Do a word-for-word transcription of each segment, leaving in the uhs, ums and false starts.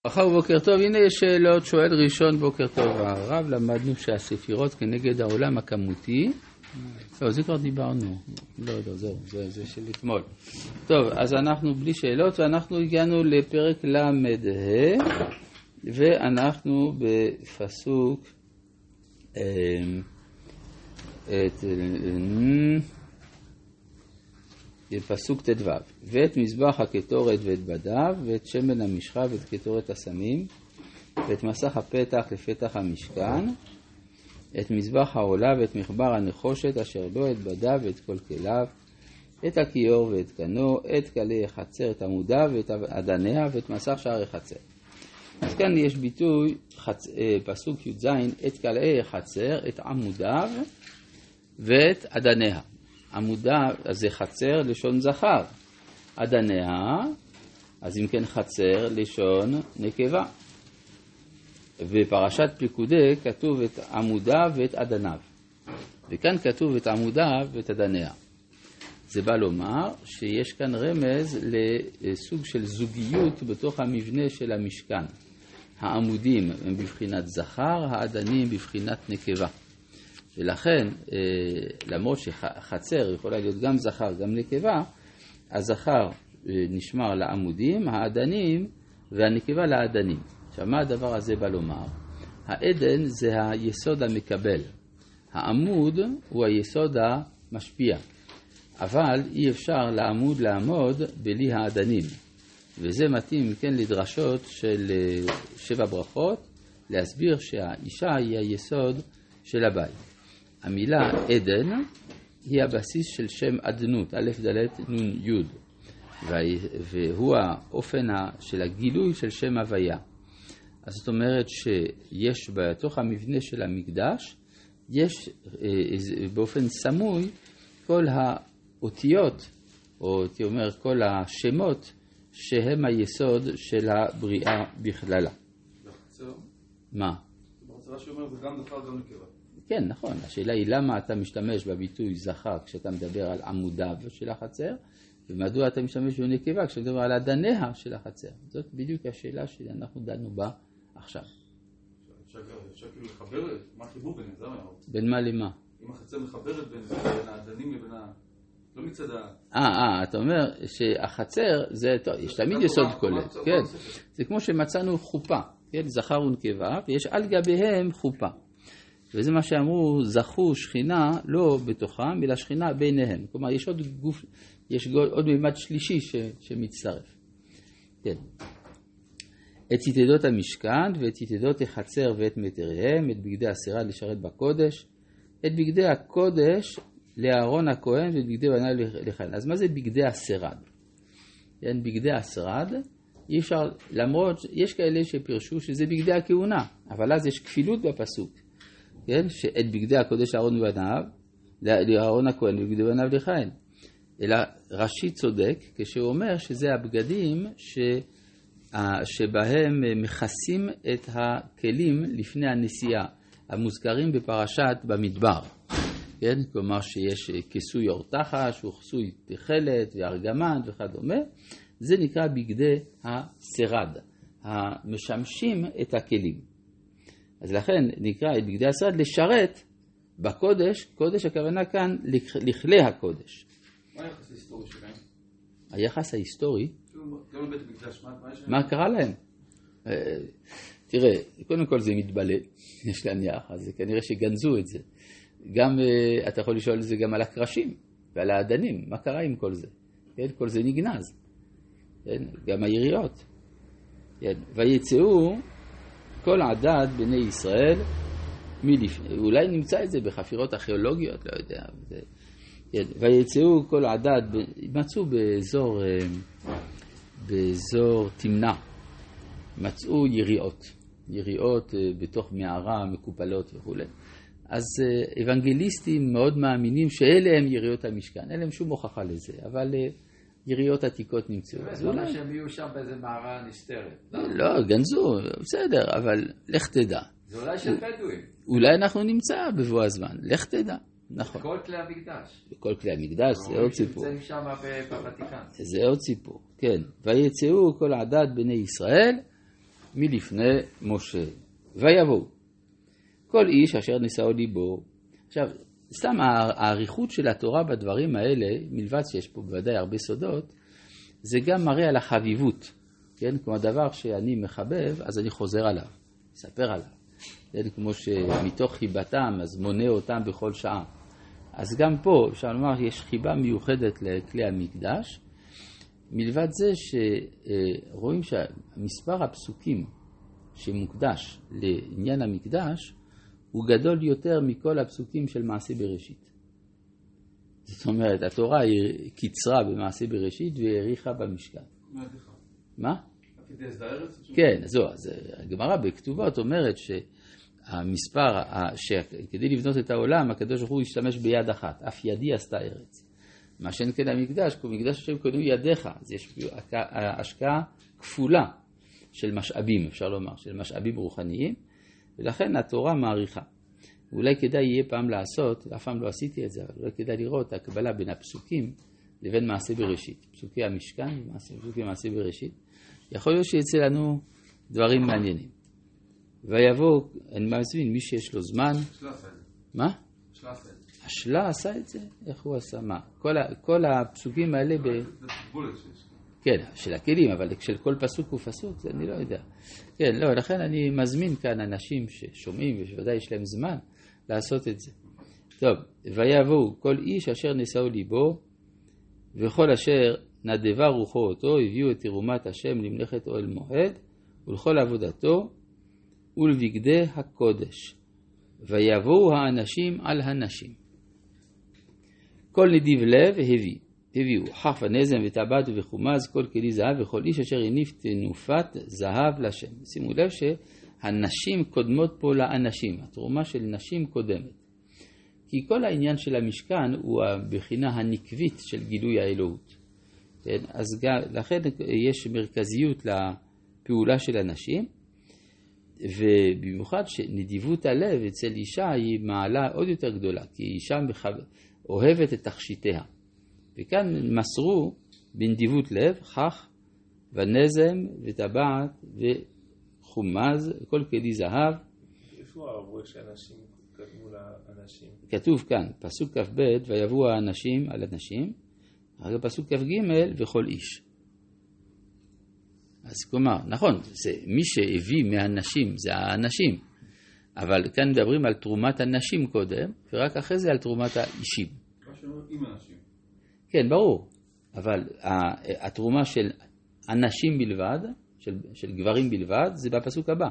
ברכה ובוקר טוב, הנה יש שאלות, שואל ראשון בוקר טוב הרב, למדנו שהספירות כנגד העולם הכמותי, לא, זה כבר דיברנו, לא, לא, זהו, זה, זה של אתמול. טוב, אז אנחנו בלי שאלות, ואנחנו הגענו לפרק למד ה', ואנחנו בפסוק, את, פסוק תדו, ואת מזבח הקטורת ואת בדיו, ואת שמן המשחה ואת קטורת הסמים, ואת מסך הפתח לפתח המשכן, את מזבח העולה ואת מחבר הנחושת אשר בו, את בדיו ואת כל כליו, את הכיור ואת קנו, את כלי החצר, את עמודיו ואת אדניה ואת מסך שער החצר. אז כאן יש ביטוי, חצ... פסוק י"ז, את כלי החצר, את עמודיו ואת אדניה. עמודיו, אז זה חצר לשון זכר. אדניה, אז אם כן חצר לשון נקבה. בפרשת פיקודי כתוב את עמודיו ואת אדניו. וכאן כתוב את עמודיו ואת אדניה. זה בא לומר שיש כאן רמז לסוג של זוגיות בתוך המבנה של המשכן. העמודים הם בבחינת זכר, האדנים בבחינת נקבה. ולכן, למרות שחצר יכולה להיות גם זכר, גם נקבה, הזכר נשמר לעמודים, האדנים והנקבה לאדנים. עכשיו, מה הדבר הזה בא לומר? העדן זה היסוד המקבל. העמוד הוא היסוד המשפיע. אבל אי אפשר לעמוד לעמוד בלי האדנים. וזה מתאים, כן, לדרשות של שבע ברכות, להסביר שהאישה היא היסוד של הבית. המילה עדן היא הבסיס של שם עדנות, א' ד' נ' י', והוא האופן של הגילוי של שם הוויה. אז זאת אומרת שיש בתוך המבנה של המקדש, יש באופן סמוי כל האותיות, או הייתי אומר כל השמות, שהם היסוד של הבריאה בכללה. בחצר? מה? בחצרה שאומר זה גם זכר גם נקבה. כן, נכון. השאלה היא למה אתה משתמש בביטוי זכר כשאתה מדבר על עמודיו של החצר, ומדוע אתה משתמש בנקבה כשאתה מדבר על אדניה של החצר. זאת בדיוק השאלה שאנחנו דנו בה עכשיו. אפשר כאילו לחבר, מה החיבור ביניהם? זה מה? בין מה למה? אם החצר מחברת בין האדנים לבין ה... לא מצד ה... אה, אה, אתה אומר שהחצר זה, יש תמיד יסוד כולל, כן? זה כמו שמצאנו חופה, כן? זכר ונקבה, ויש על גביהם חופה. וזה מה שאמרו, זכו שכינה לא בתוכם, אלא שכינה ביניהם. כלומר, יש עוד גוף, יש עוד מימד שלישי ש, שמצטרף. כן. את יתדות המשכן ואת יתדות החצר ואת מטריהם, את בגדי השרד לשרת בקודש, את בגדי הקודש לאהרון הכהן ואת בגדי בניו לכהן. אז מה זה בגדי השרד? כן, בגדי השרד, אי אפשר, למרות, יש כאלה שפרשו שזה בגדי הכהונה, אבל אז יש כפילות בפסוק. כן? שאת בגדי הקודש לאהרון ובניו, לאהרון הכהן ובגדי בניו לכהן. אלא רש"י צודק כשהוא אומר שזה הבגדים ש... שבהם מכסים את הכלים לפני הנסיעה, המוזכרים בפרשת במדבר. כן? כלומר שיש כיסוי אורתחה, שהוא כיסוי תכלת וארגמן וכדומה. זה נקרא בגדי השרד, המשמשים את הכלים. אז לכן נקרא את בגדי השרד לשרת בקודש, קודש הכוונה כאן לכלי הקודש. מה היחס ההיסטורי שלהם? היחס ההיסטורי? גם לבית מקדש, מה קרה להם? תראה, קודם כל זה מתבלה, יש להניח, אז כנראה שגנזו את זה. גם, אתה יכול לשאול את זה גם על הקרשים ועל האדנים, מה קרה עם כל זה? כן, כל זה נגנז. כן, גם היריות. כן, ויצאו כל עדת בני ישראל, מלפני, אולי נמצא את זה בחפירות ארכיאולוגיות, לא יודע. זה, כן, ויצאו כל עדת, מצאו באזור, באזור תמנע, מצאו יריעות, יריעות בתוך מערה מקופלות וכו'. אז אוונגליסטים מאוד מאמינים שאלה הם יריעות המשכן, אין להם שום הוכחה לזה, אבל יריעות עתיקות נמצאו. זה אומר שהם יהיו שם באיזה מערה נסתרת. לא, גנזו, בסדר, אבל לך תדע. זה אולי של בדואים. אולי אנחנו נמצא בבוא הזמן, לך תדע. נכון. בכל כלי המקדש. בכל כלי המקדש, זה עוד סיפור. נמצאים שם בוותיקן. זה עוד סיפור, כן. ויצאו כל עדת בני ישראל, מלפני משה. ויבואו כל איש אשר נשאו ליבו. עכשיו, סתם האריכות של התורה בדברים האלה, מלבד שיש פה בוודאי הרבה סודות, זה גם מראה על החביבות. כן? כמו הדבר שאני מחבב, אז אני חוזר עליו, אספר עליו. כן? כמו שמתוך חיבתם, אז מונה אותם בכל שעה. אז גם פה, אפשר לומר, יש חיבה מיוחדת לכלי המקדש. מלבד זה שרואים שמספר הפסוקים שמוקדש לעניין המקדש, הוא גדול יותר מכל הפסוקים של מעשה בראשית. זאת אומרת, התורה היא קיצרה במעשה בראשית והאריכה במשכן. מה? כן, זו, אז הגמרא בכתובות אומרת שהמספר, שכדי לבנות את העולם, הקדוש ברוך הוא השתמש ביד אחת, אף ידי עשתה ארץ. מה שאין כן המקדש, כי מקדש השם קנו ידיך, אז יש השקעה כפולה של משאבים, אפשר לומר, של משאבים רוחניים, ולכן התורה מעריכה. אולי כדאי יהיה פעם לעשות, אף פעם לא עשיתי את זה, אבל אולי כדאי לראות הקבלה בין הפסוקים לבין מעשה בראשית. פסוקי המשכן, פסוקי מעשה בראשית. יכול להיות שיצא לנו דברים מעניינים. ויבוא, אני מזמין, מי שיש לו זמן. השלה עשה את זה. מה? השלה עשה את זה. השלה עשה את זה? איך הוא עשה? מה? כל, ה, כל הפסוקים האלה ב... זה תגבולת שיש. כן, של הכלים, אבל של כל פסוק ופסוק, זה אני לא יודע. כן, לא, לכן אני מזמין כאן אנשים ששומעים, ושוודאי יש להם זמן לעשות את זה. טוב, ויבואו כל איש אשר נשאו ליבו, וכל אשר נדבה רוחו אותו, הביאו את תרומת השם למלאכת אוהל מועד, ולכל עבודתו, ולבגדי הקודש. ויבואו האנשים על הנשים. כל נדיב לב הביא. הביאו חרף הנזם וטבעת וחומז, כל כלי זהב, וכל איש אשר הניף תנופת זהב לשם. שימו לב שהנשים קודמות פה לאנשים, התרומה של נשים קודמת. כי כל העניין של המשכן הוא הבחינה הנקבית של גילוי האלוהות. כן? אז גם, לכן יש מרכזיות לפעולה של הנשים, ובמיוחד שנדיבות הלב אצל אישה היא מעלה עוד יותר גדולה, כי אישה אוהבת את תכשיטיה. וכאן מסרו בנדיבות לב, חך ונזם וטבעת וחומז, כל כלי זהב. איפה אהבו שאנשים קדמו לאנשים? כתוב כאן, פסוק כ"ב, ויבואו האנשים על אנשים, אחרי פסוק כ"ג, וכל איש. אז כלומר, נכון, זה מי שהביא מהנשים זה האנשים, אבל כאן מדברים על תרומת הנשים קודם, ורק אחרי זה על תרומת האישים. מה שאומר עם אנשים. כן, ברור, אבל התרומה של אנשים בלבד, של, של גברים בלבד, זה בפסוק הבא.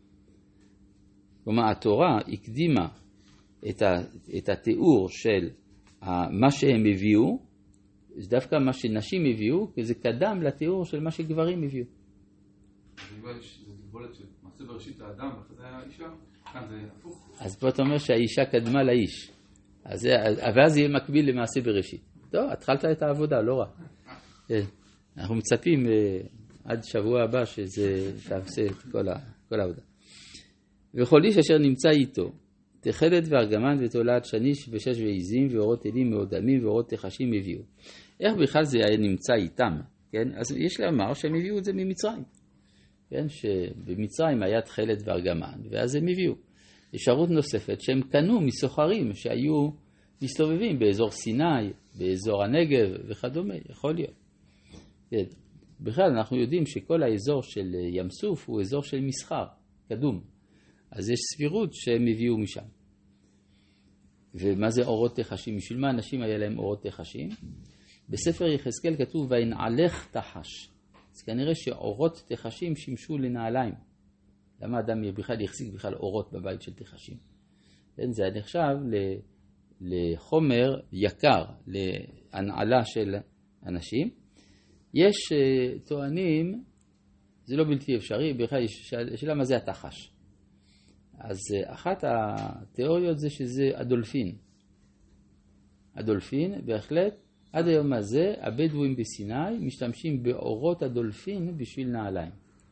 כלומר, התורה הקדימה את, ה, את התיאור של מה שהם הביאו, זה דווקא מה שנשים הביאו, כי זה קדם לתיאור של מה שגברים הביאו. זה תגבולת של מעשה בראשית האדם, ואחרי זה היה אישה, כאן זה הפוך. אז פה אתה אומר שהאישה קדמה לאיש, אז זה, ואז יהיה מקביל למעשה בראשית. טוב, התחלת את העבודה, לא רע. אנחנו מצפים עד שבוע הבא שזה תעשה את כל, ה, כל העבודה. וכל איש אשר נמצא איתו, תכלת וארגמן ותולעת שניש ושש ועיזים ואורות אלים מאודמים ואורות תחשים הביאו. איך בכלל זה היה נמצא איתם? כן? אז יש לומר שהם הביאו את זה ממצרים. כן? שבמצרים היה תכלת וארגמן, ואז הם הביאו. אפשרות נוספת שהם קנו מסוחרים שהיו מסתובבים באזור סיני, באזור הנגב וכדומה, יכול להיות. כן. בכלל אנחנו יודעים שכל האזור של ים סוף הוא אזור של מסחר, קדום. אז יש סבירות שהם הביאו משם. ומה זה אורות תחשים? בשביל מה אנשים היה להם אורות תחשים? בספר יחזקאל כתוב וינעלך תחש. אז כנראה שאורות תחשים שימשו לנעליים. למה אדם בכלל יחזיק בכלל אורות בבית של תחשים? כן, זה נחשב לחומר יקר, להנעלה של אנשים. יש טוענים, זה לא בלתי אפשרי, בכלל יש שאלה מה זה התחש. אז אחת התיאוריות זה שזה הדולפין. הדולפין, בהחלט, עד היום הזה, הבדואים בסיני משתמשים באורות הדולפין בשביל נעליים.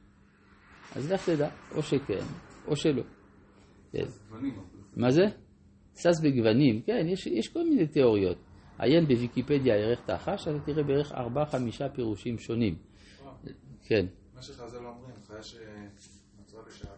אז לך תדע, או שכן, או שלא. כן. מה זה? סס בגוונים, כן, יש, יש כל מיני תיאוריות. עיין בוויקיפדיה ערך תחש, אתה תראה בערך ארבעה חמישה פירושים שונים. כן. מה שחז"ל אומרים, חיה שנוצרה